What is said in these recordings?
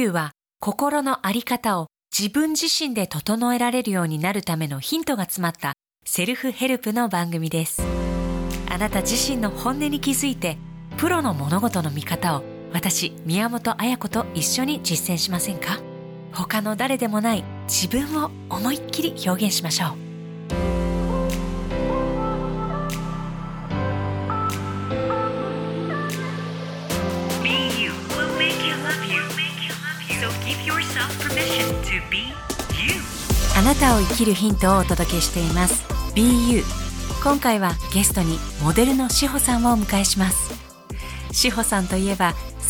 BU は心のあり方を自分自身で整えられるようになるためのヒントが詰まったセルフヘルプの番組です。あなた自身の本音に気づいて、プロの物事の見方を私、宮本彩子と一緒に実践しませんか？他の誰でもない自分を思いっきり表現しましょう。あなたを生きるヒントをお届けしています BU。 今回はゲストにモデルの志保さんをお迎えします。志保さんといえば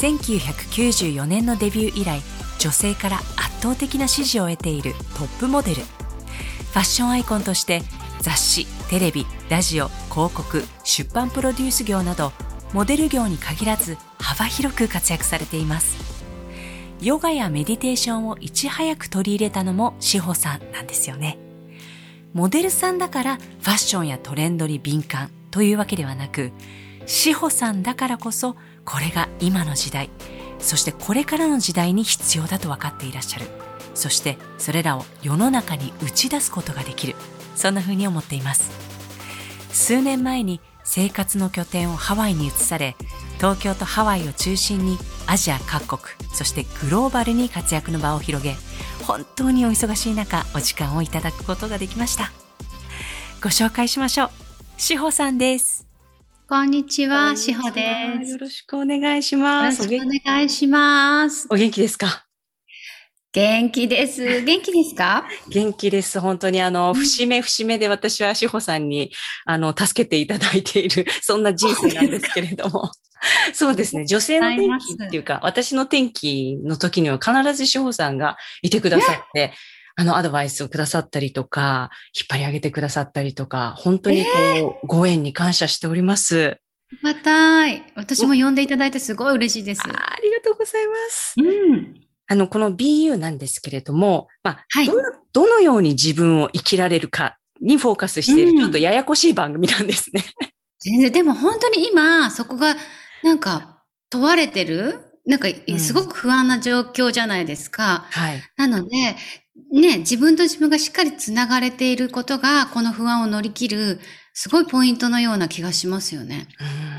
1994年のデビュー以来、女性から圧倒的な支持を得ているトップモデル。ファッションアイコンとして雑誌、テレビ、ラジオ、広告、出版プロデュース業などモデル業に限らず幅広く活躍されています。ヨガやメディテーションをいち早く取り入れたのも志保さんなんですよね。モデルさんだからファッションやトレンドに敏感というわけではなく、志保さんだからこそこれが今の時代、そしてこれからの時代に必要だと分かっていらっしゃる。そしてそれらを世の中に打ち出すことができる。そんな風に思っています。数年前に生活の拠点をハワイに移され、東京とハワイを中心にアジア各国、そしてグローバルに活躍の場を広げ、本当にお忙しい中お時間をいただくことができました。ご紹介しましょう。志保さんです。 こんにちは、志保です。 よろしくお願いします。 よろしくお願いします。 お元気ですか？ 元気です。元気ですか？ 元気です。本当に節目節目で私は志保さんに助けていただいている、そんな人生なんですけれども。そうですね。女性の転機っていうか、私の転機の時には必ず志保さんがいてくださって、アドバイスをくださったりとか、引っ張り上げてくださったりとか、本当にご縁に感謝しております。 またい。私も呼んでいただいてすごい嬉しいです。 ありがとうございます。この BU なんですけれども、はい、どのように自分を生きられるかにフォーカスしている、ちょっとややこしい番組なんですね。 全然、でも本当に今、そこがなんか問われてる、なんかすごく不安な状況じゃないですか。 はい。 なので、ね、自分と自分がしっかりつながれていることが、この不安を乗り切る、すごいポイントのような気がしますよね。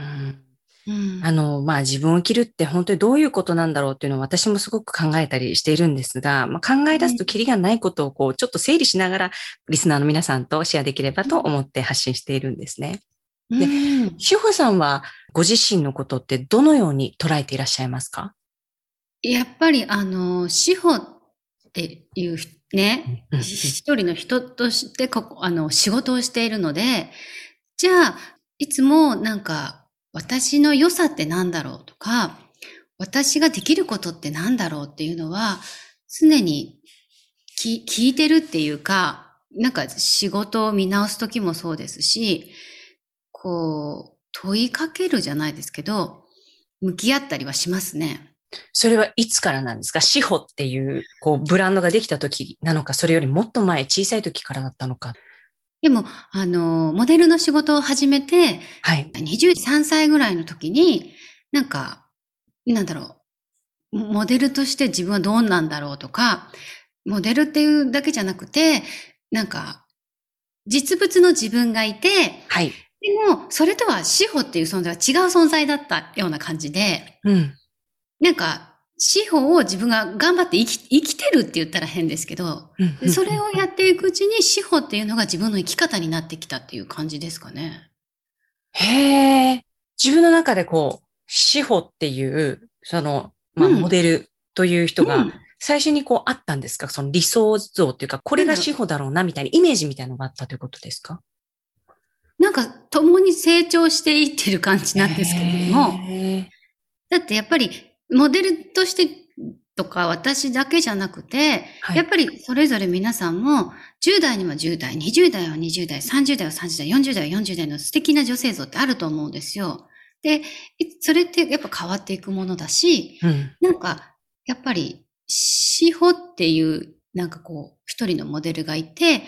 自分を生きるって本当にどういうことなんだろうっていうのを私もすごく考えたりしているんですが、考え出すとキリがないことをちょっと整理しながらリスナーの皆さんとシェアできればと思って発信しているんですね。で、志保さんはご自身のことってどのように捉えていらっしゃいますか？ やっぱり志保っていうね、一人の人として仕事をしているので、じゃあ、いつもなんか、私の良さって何だろうとか、私ができることって何だろうっていうのは、常に聞いてるっていうか、なんか仕事を見直すときもそうですし、問いかけるじゃないですけど、向き合ったりはしますね。 それはいつからなんですか？志保っていう、ブランドができた時なのか、それよりもっと前、小さい時からだったのか。 でも、モデルの仕事を始めて、 はい。 23歳ぐらいの時に、モデルとして自分はどうなんだろうとか、モデルっていうだけじゃなくて、実物の自分がいて、 はい。 でも、それとは志保っていう存在は違う存在だったような感じで、志保を自分が頑張って生きてるって言ったら変ですけど、それをやっていくうちに志保っていうのが自分の生き方になってきたっていう感じですかね。 へー。自分の中で志保っていう、モデルという人が最初にあったんですか？その理想像っていうか、これが志保だろうなみたいなイメージみたいなのがあったということですか？ 共に成長していってる感じなんですけれども、だってやっぱりモデルとしてとか私だけじゃなくて、やっぱりそれぞれ皆さんも10代には10代、20代は20代、30代は30代、40代は40代の素敵な女性像ってあると思うんですよ。で、それってやっぱ変わっていくものだし、やっぱり志保っていう一人のモデルがいて、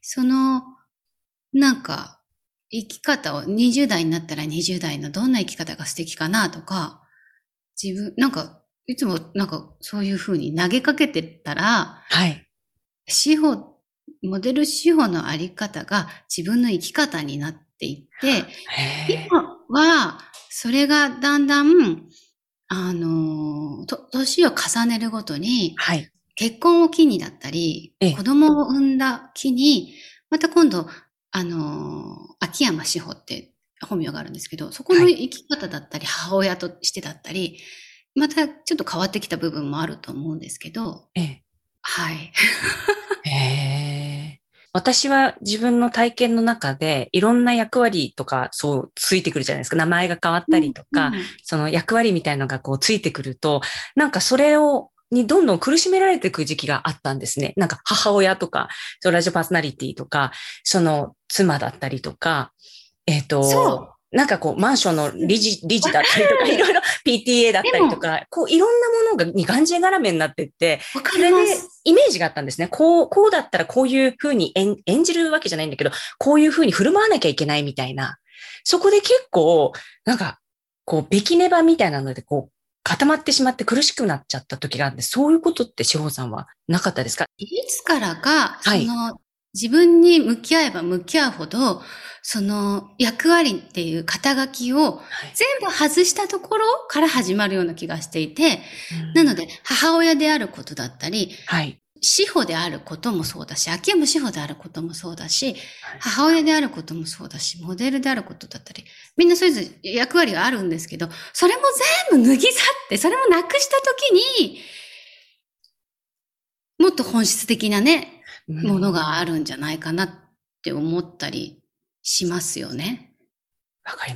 生き方を20代になったら20代のどんな生き方が素敵かなとか、自分、 いつもなんかそういうふうに投げかけてたら、 はい。 モデル司法のあり方が自分の生き方になっていって、今はそれがだんだん、年を重ねるごとに、 はい。 結婚を機にだったり、子供を産んだ機に、また今度、秋山志保って本名があるんですけど、そこの生き方だったり、母親としてだったり、またちょっと変わってきた部分もあると思うんですけど、はい。 私は自分の体験の中でいろんな役割とかそうついてくるじゃないですか。名前が変わったりとか、その役割みたいなのがこうついてくると、なんかそれにどんどん苦しめられていく時期があったんですね。なんか母親とか、ラジオパーソナリティとか、その妻だったりとか、なんかこう、マンションの理事だったりとか、いろいろ PTA だったりとか、こう、いろんなものにがんじがらめになってって、それでイメージがあったんですね。こうだったらこういう風に演じるわけじゃないんだけど、こういう風に振る舞わなきゃいけないみたいな。そこで結構、なんか、こう、べきねばみたいなので、こう、固まってしまって苦しくなっちゃった時があって、そういうことって志保さんはなかったですか？ いつからか、自分に向き合えば向き合うほど、その役割っていう肩書きを全部外したところから始まるような気がしていて、なので母親であることだったり、志保であることもそうだし、秋山志保であることもそうだし、母親であることもそうだし、モデルであることだったり、みんなそれぞれ役割があるんですけど、それも全部脱ぎ去って、それもなくしたときに、もっと本質的なね、ものがあるんじゃないかなって思ったりしますよね。 わかります。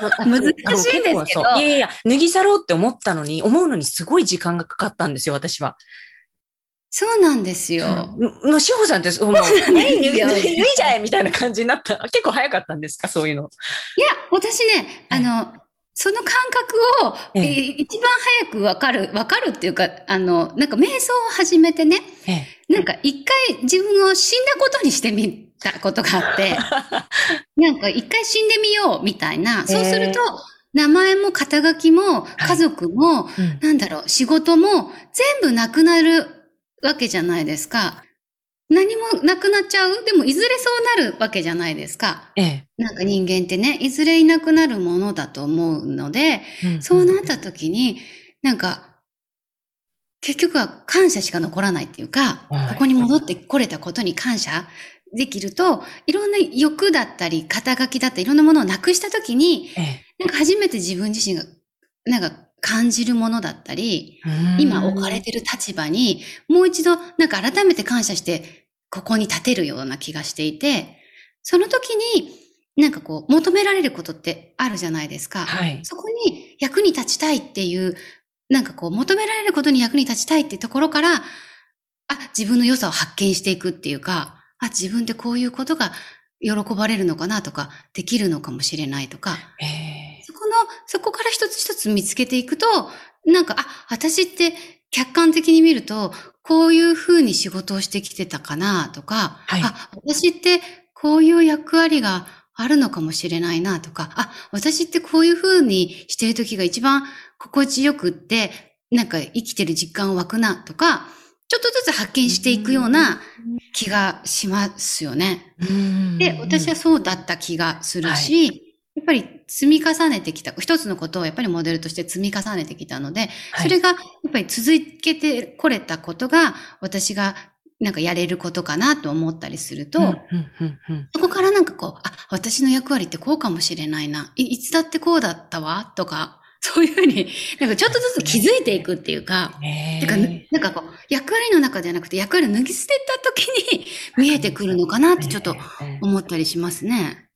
難しいですけど。 いや、脱ぎ去ろうって思うのにすごい時間がかかったんですよ、私は。 そうなんですよ。 志保さんって、脱いじゃえみたいな感じになった。結構早かったんですか、そういうの。 いや、私ね、その感覚を、一番早くわかるっていうか、なんか瞑想を始めてね、なんか一回自分を死んだことにしてみたことがあって、なんか一回死んでみようみたいな、そうすると、名前も肩書きも家族も、仕事も全部なくなるわけじゃないですか。何もなくなっちゃう。でもいずれそうなるわけじゃないですか。なんか人間ってね、いずれいなくなるものだと思うので、そうなった時に、なんか、結局は感謝しか残らないっていうか、ここに戻ってこれたことに感謝できると、いろんな欲だったり、肩書きだったり、いろんなものをなくした時に、なんか初めて自分自身が、なんか感じるものだったり、今置かれてる立場に、もう一度、なんか改めて感謝して、ここに立てるような気がしていて、その時に、なんかこう、求められることってあるじゃないですか。そこに役に立ちたいっていう、なんかこう、求められることに役に立ちたいっていうところから、自分の良さを発見していくっていうか、自分ってこういうことが喜ばれるのかなとか、できるのかもしれないとか、そこから一つ一つ見つけていくと、なんか、私って客観的に見ると、こういうふうに仕事をしてきてたかなとか、私ってこういう役割があるのかもしれないなとか、私ってこういうふうにしてる時が一番心地よくって、なんか生きてる実感湧くなとか、ちょっとずつ発見していくような気がしますよね。で、私はそうだった気がするし、やっぱり積み重ねてきた、一つのことをやっぱりモデルとして積み重ねてきたので、それがやっぱり続けてこれたことが私がなんかやれることかなと思ったりすると、そこからなんかこう、私の役割ってこうかもしれないな、いつだってこうだったわとか、そういうふうに、なんかちょっとずつ気づいていくっていうか、なんかこう、役割の中ではなくて役割を脱ぎ捨てた時に見えてくるのかなってちょっと思ったりしますね。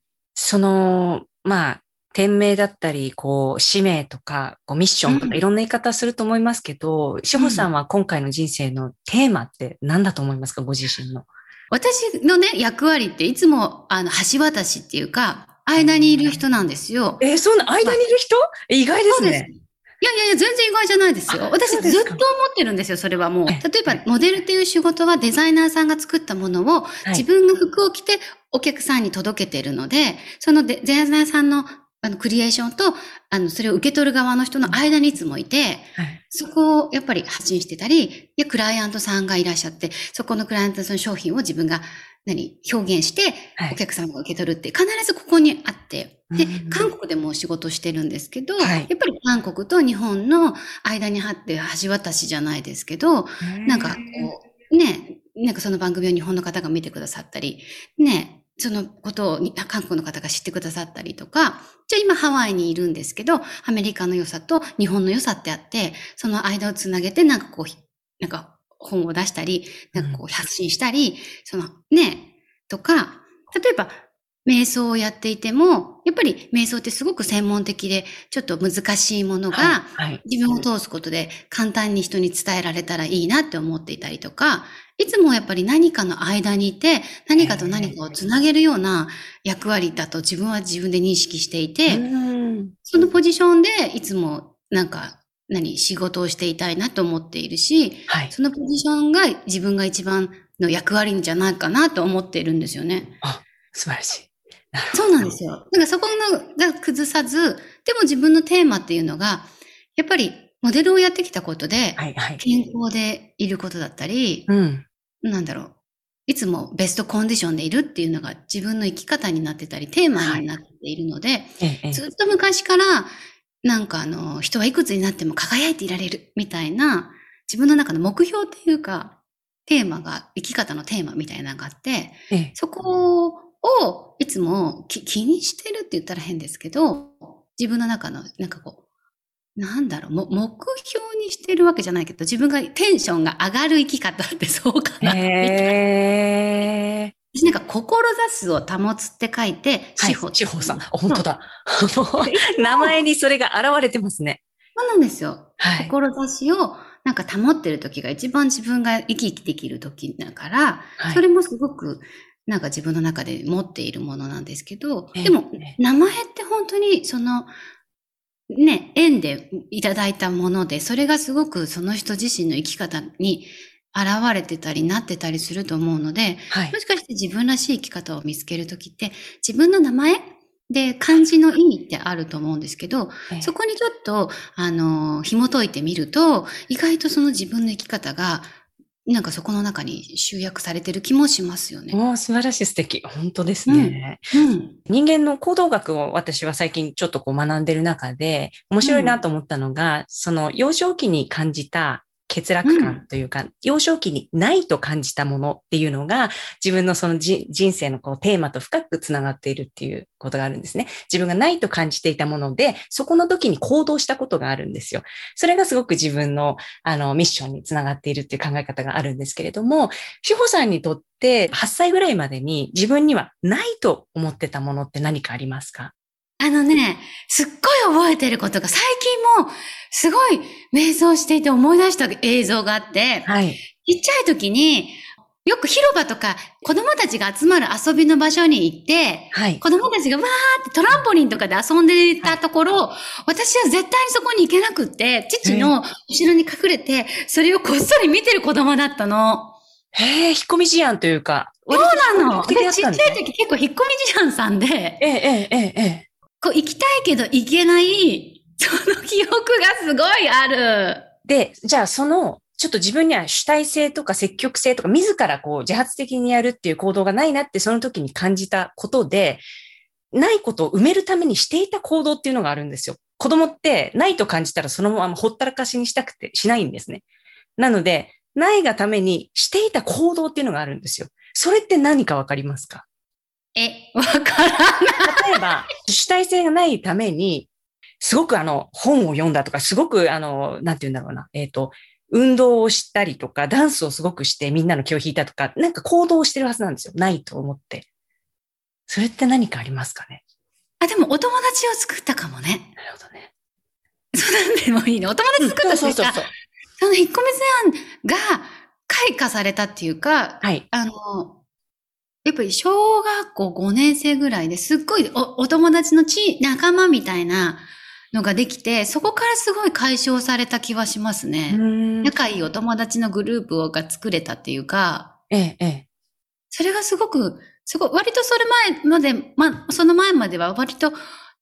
天命だったり、こう、使命とか、こうミッションとかいろんな言い方すると思いますけど、志保さんは今回の人生のテーマって何だと思いますか、ご自身の。 私のね、役割っていつも、橋渡しっていうか、間にいる人なんですよ。 そんな間にいる人？意外ですね。 いや、全然意外じゃないですよ。私ずっと思ってるんですよ、それはもう。例えば、モデルっていう仕事はデザイナーさんが作ったものを、自分の服を着てお客さんに届けてるので、そのデザイナーさんのクリエーションと、それを受け取る側の人の間にいつもいて、 はい。 そこをやっぱり発信してたり、クライアントさんがいらっしゃって、そこのクライアントさんの商品を自分が表現して、お客さんが受け取るって、必ずここにあって、で、韓国でもお仕事してるんですけど、 はい。 やっぱり韓国と日本の間にあって橋渡しじゃないですけど、なんかこう、ね、なんかその番組を日本の方が見てくださったり、ね、そのことを韓国の方が知ってくださったりとか、じゃあ今ハワイにいるんですけど、アメリカの良さと日本の良さってあって、その間をつなげてなんかこう、なんか本を出したり、なんかこう発信したり、そのね、とか、例えば瞑想をやっていても、やっぱり瞑想ってすごく専門的で、ちょっと難しいものが、自分を通すことで簡単に人に伝えられたらいいなって思っていたりとか、いつもやっぱり何かの間にいて、何かと何かをつなげるような役割だと自分は自分で認識していて、そのポジションでいつもなんか仕事をしていたいなと思っているし、そのポジションが自分が一番の役割じゃないかなと思っているんですよね。 あ、素晴らしい。 そうなんですよ。だからそこが崩さず、でも自分のテーマっていうのが、やっぱりモデルをやってきたことで、健康でいることだったり、なんだろう、いつもベストコンディションでいるっていうのが自分の生き方になってたり、テーマになっているので、ずっと昔から、なんか人はいくつになっても輝いていられるみたいな、自分の中の目標っていうか、テーマが、生き方のテーマみたいなのがあって、そこをいつも気にしてるって言ったら変ですけど、自分の中のなんかこう、なんだろう、目標にしてるわけじゃないけど、自分がテンションが上がる生き方ってそうかな、みたいな。なんか、志すを保つって書いて、 志保さん。本当だ。名前にそれが現れてますね。 そうなんですよ。志をなんか保ってる時が一番自分が生き生きできる時だから、それもすごくなんか自分の中で持っているものなんですけど、でも、名前って本当に縁でいただいたもので、それがすごくその人自身の生き方に現れてたりなってたりすると思うので、もしかして自分らしい生き方を見つけるときって、自分の名前で漢字の意味ってあると思うんですけど、そこにちょっと、紐解いてみると、意外とその自分の生き方が、なんかそこの中に集約されてる気もしますよね。 素晴らしい、素敵。本当ですね。人間の行動学を私は最近ちょっと学んでる中で、面白いなと思ったのが、その幼少期に感じた欠落感というか、幼少期にないと感じたものっていうのが、自分のその人生のテーマと深くつながっているっていうことがあるんですね。自分がないと感じていたもので、そこの時に行動したことがあるんですよ。それがすごく自分の、ミッションにつながっているっていう考え方があるんですけれども、志保さんにとって8歳ぐらいまでに自分にはないと思ってたものって何かありますか？ すっごい覚えてることが、最近もすごい瞑想していて思い出した映像があって、ちっちゃい時によく広場とか子供たちが集まる遊びの場所に行って、子供たちがわーってトランポリンとかで遊んでいたところ、私は絶対にそこに行けなくって、父の後ろに隠れて、それをこっそり見てる子供だったの。 引っ込み思案というか。 そうなの。で、ちっちゃい時結構引っ込み思案さんで、行きたいけど行けない、その記憶がすごいある。 で、じゃあちょっと自分には主体性とか積極性とか自ら自発的にやるっていう行動がないなってその時に感じたことで、ないことを埋めるためにしていた行動っていうのがあるんですよ。子供ってないと感じたらそのままほったらかしにしたくてしないんですね。なので、ないがためにしていた行動っていうのがあるんですよ。それって何かわかりますか？ わからない。 例えば、主体性がないために、すごく本を読んだとか、すごくなんて言うんだろうな、運動をしたりとか、ダンスをすごくしてみんなの気を引いたとか、なんか行動をしてるはずなんですよ。ないと思って。それって何かありますかね？ でもお友達を作ったかもね。 なるほどね。 そうなんでもいいね。お友達作ったというか、その引っ込み思案が開花されたっていうか、やっぱり小学校5年生ぐらいですっごいお友達の仲間みたいなのができて、そこからすごい解消された気はしますね。仲いいお友達のグループが作れたっていうか、それがすごく、割とそれ前まで、その前までは割と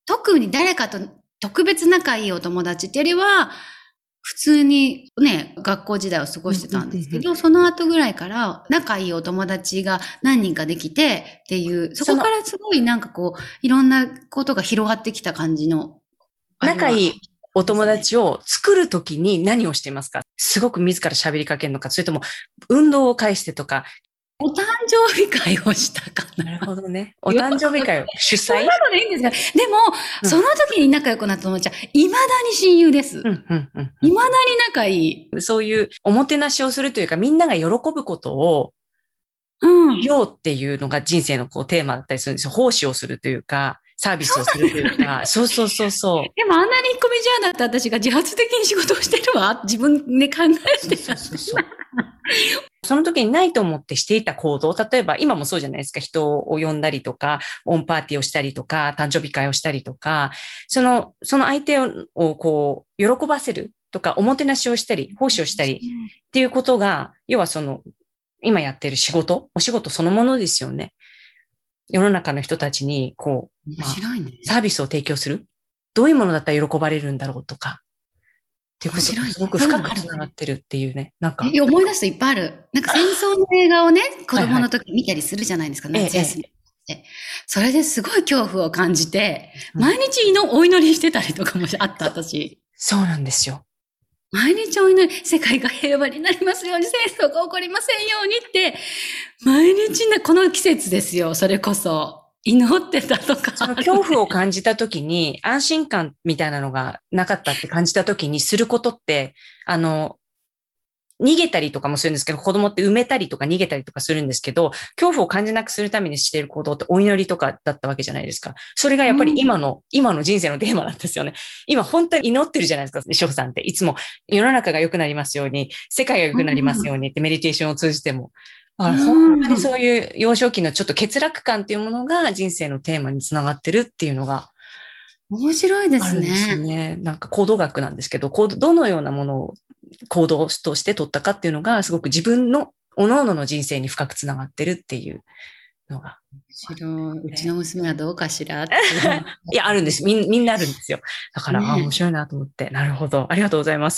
特に誰かと特別仲いいお友達ってよりは、普通にね、学校時代を過ごしてたんですけど、その後ぐらいから仲いいお友達が何人かできてっていう、そこからすごいなんかこう、いろんなことが広がってきた感じの。 仲いいお友達を作るときに何をしていますか？すごく自ら喋りかけるのか、それとも運動を介してとか。 お誕生日会をしたかな。 なるほどね。お誕生日会を主催。そんなこといいんですか？でも、その時に仲良くなった友達は、未だに親友です。未だに仲いい。 そういうおもてなしをするというか、みんなが喜ぶことを、しようっていうのが人生のこうテーマだったりするんですよ。奉仕をするというか、サービスをするというか。そう。でもあんなに引っ込み思案だった私が自発的に仕事をしてるわ。自分で考えてた。 その時にないと思ってしていた行動、例えば今もそうじゃないですか、人を呼んだりとか、オンパーティーをしたりとか、誕生日会をしたりとか、その相手をこう、喜ばせるとか、おもてなしをしたり、奉仕をしたりっていうことが、要は今やってるお仕事そのものですよね。世の中の人たちに、こう、サービスを提供する。どういうものだったら喜ばれるんだろうとか。っていうことがすごく深くつながってるっていうね。なんか。 思い出すといっぱいある。なんか戦争の映画をね、子供の時見たりするじゃないですか、夏休み。それですごい恐怖を感じて、毎日お祈りしてたりとかもあった、私。 そうなんですよ。 毎日お祈り、世界が平和になりますように、戦争が起こりませんようにって、毎日この季節ですよ、それこそ。祈ってたとか。 その恐怖を感じたときに、安心感みたいなのがなかったって感じたときにすることって、逃げたりとかもするんですけど、子供って埋めたりとか逃げたりとかするんですけど、恐怖を感じなくするためにしている行動ってお祈りとかだったわけじゃないですか。それがやっぱり今の人生のテーマなんですよね。今本当に祈ってるじゃないですか、志保さんって。いつも世の中が良くなりますように、世界が良くなりますようにってメディテーションを通じても。本当にそういう幼少期のちょっと欠落感っていうものが人生のテーマにつながってるっていうのが面白いですね。 あるんですね。なんか行動学なんですけど、どのようなものを行動として取ったかっていうのがすごく自分の各々の人生に深くつながってるっていうのが。 面白い。うちの娘はどうかしらっていや、あるんです。みんなあるんですよ。だから、面白いなと思って。なるほど。ありがとうございます。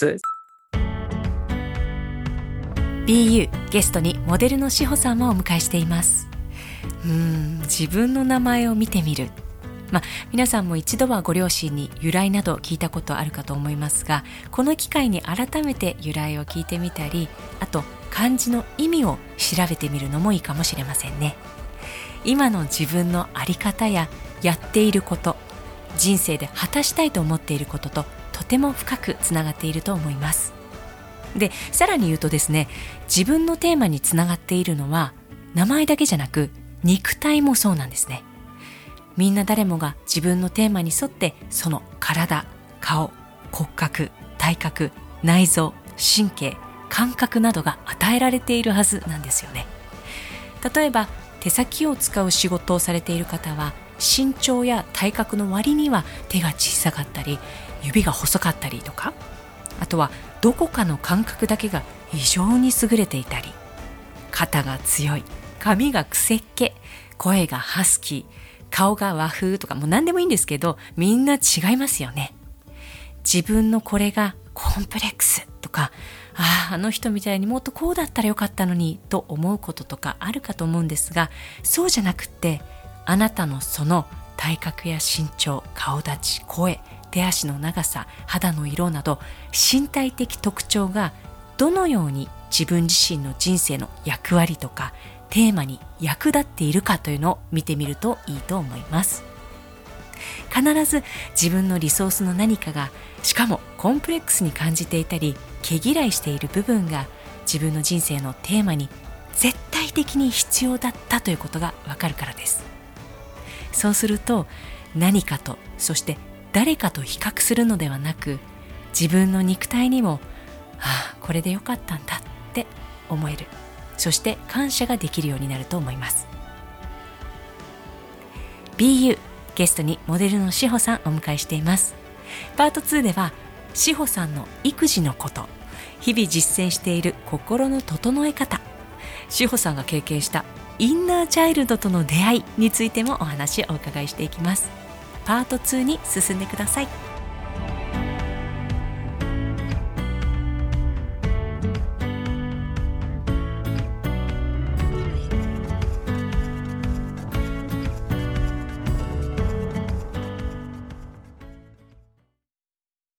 BU ゲストにモデルの志保さんもお迎えしています。自分の名前を見てみる。皆さんも一度はご両親に由来など聞いたことあるかと思いますが、この機会に改めて由来を聞いてみたり、あと漢字の意味を調べてみるのもいいかもしれませんね。今の自分の在り方ややっていること、人生で果たしたいと思っていることととても深くつながっていると思います。で、さらに言うとですね、自分のテーマにつながっているのは名前だけじゃなく肉体もそうなんですね。みんな誰もが自分のテーマに沿ってその体、顔、骨格、体格、内臓、神経、感覚などが与えられているはずなんですよね。例えば手先を使う仕事をされている方は身長や体格の割には手が小さかったり指が細かったりとか、あとはどこかの感覚だけが異常に優れていたり、肩が強い、髪がくせっ気、声がハスキー、顔が和風とかもう何でもいいんですけど、みんな違いますよね。自分のこれがコンプレックスとか、あの人みたいにもっとこうだったらよかったのにと思うこととかあるかと思うんですが、そうじゃなくってあなたのその体格や身長、顔立ち、声、手足の長さ、肌の色など身体的特徴がどのように自分自身の人生の役割とかテーマに役立っているかというのを見てみるといいと思います。必ず自分のリソースの何かが、しかもコンプレックスに感じていたり毛嫌いしている部分が自分の人生のテーマに絶対的に必要だったということがわかるからです。そうすると何かと、そして誰かと比較するのではなく、自分の肉体にもこれでよかったんだって思える。そして感謝ができるようになると思います。 BU ゲストにモデルの志保さんお迎えしています。パート2では志保さんの育児のこと、日々実践している心の整え方、志保さんが経験したインナーチャイルドとの出会いについてもお話をお伺いしていきます。 パート2に進んでください。